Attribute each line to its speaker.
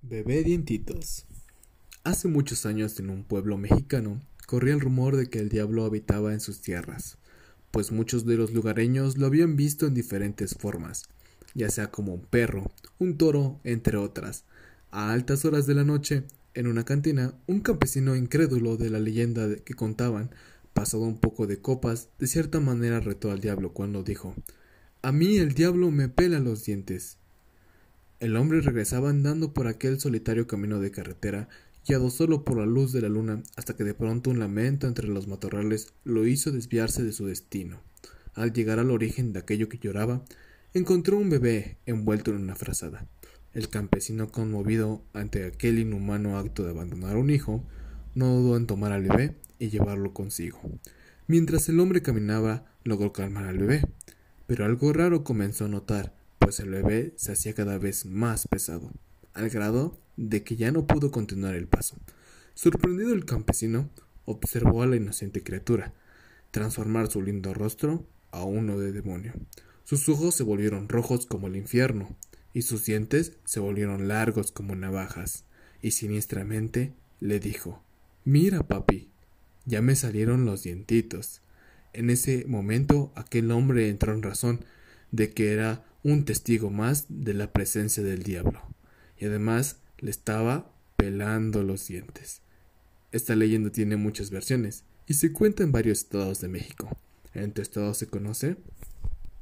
Speaker 1: Bebé Dientitos. Hace muchos años en un pueblo mexicano corría el rumor de que el diablo habitaba en sus tierras, pues muchos de los lugareños lo habían visto en diferentes formas, ya sea como un perro, un toro, entre otras. A altas horas de la noche, en una cantina, un campesino incrédulo de la leyenda que contaban, pasado un poco de copas, de cierta manera retó al diablo cuando dijo: «A mí el diablo me pela los dientes». El hombre regresaba andando por aquel solitario camino de carretera, guiado solo por la luz de la luna, hasta que de pronto un lamento entre los matorrales lo hizo desviarse de su destino. Al llegar al origen de aquello que lloraba, encontró un bebé envuelto en una frazada. El campesino, conmovido ante aquel inhumano acto de abandonar a un hijo, no dudó en tomar al bebé y llevarlo consigo. Mientras el hombre caminaba, logró calmar al bebé, pero algo raro comenzó a notar, pues el bebé se hacía cada vez más pesado, al grado de que ya no pudo continuar el paso. Sorprendido, el campesino observó a la inocente criatura transformar su lindo rostro a uno de demonio. Sus ojos se volvieron rojos como el infierno, y sus dientes se volvieron largos como navajas, y siniestramente le dijo: «Mira, papi, ya me salieron los dientitos». En ese momento aquel hombre entró en razón de que era un testigo más de la presencia del diablo, y además le estaba pelando los dientes. Esta leyenda tiene muchas versiones y se cuenta en varios estados de México. ¿En tu estado se conoce?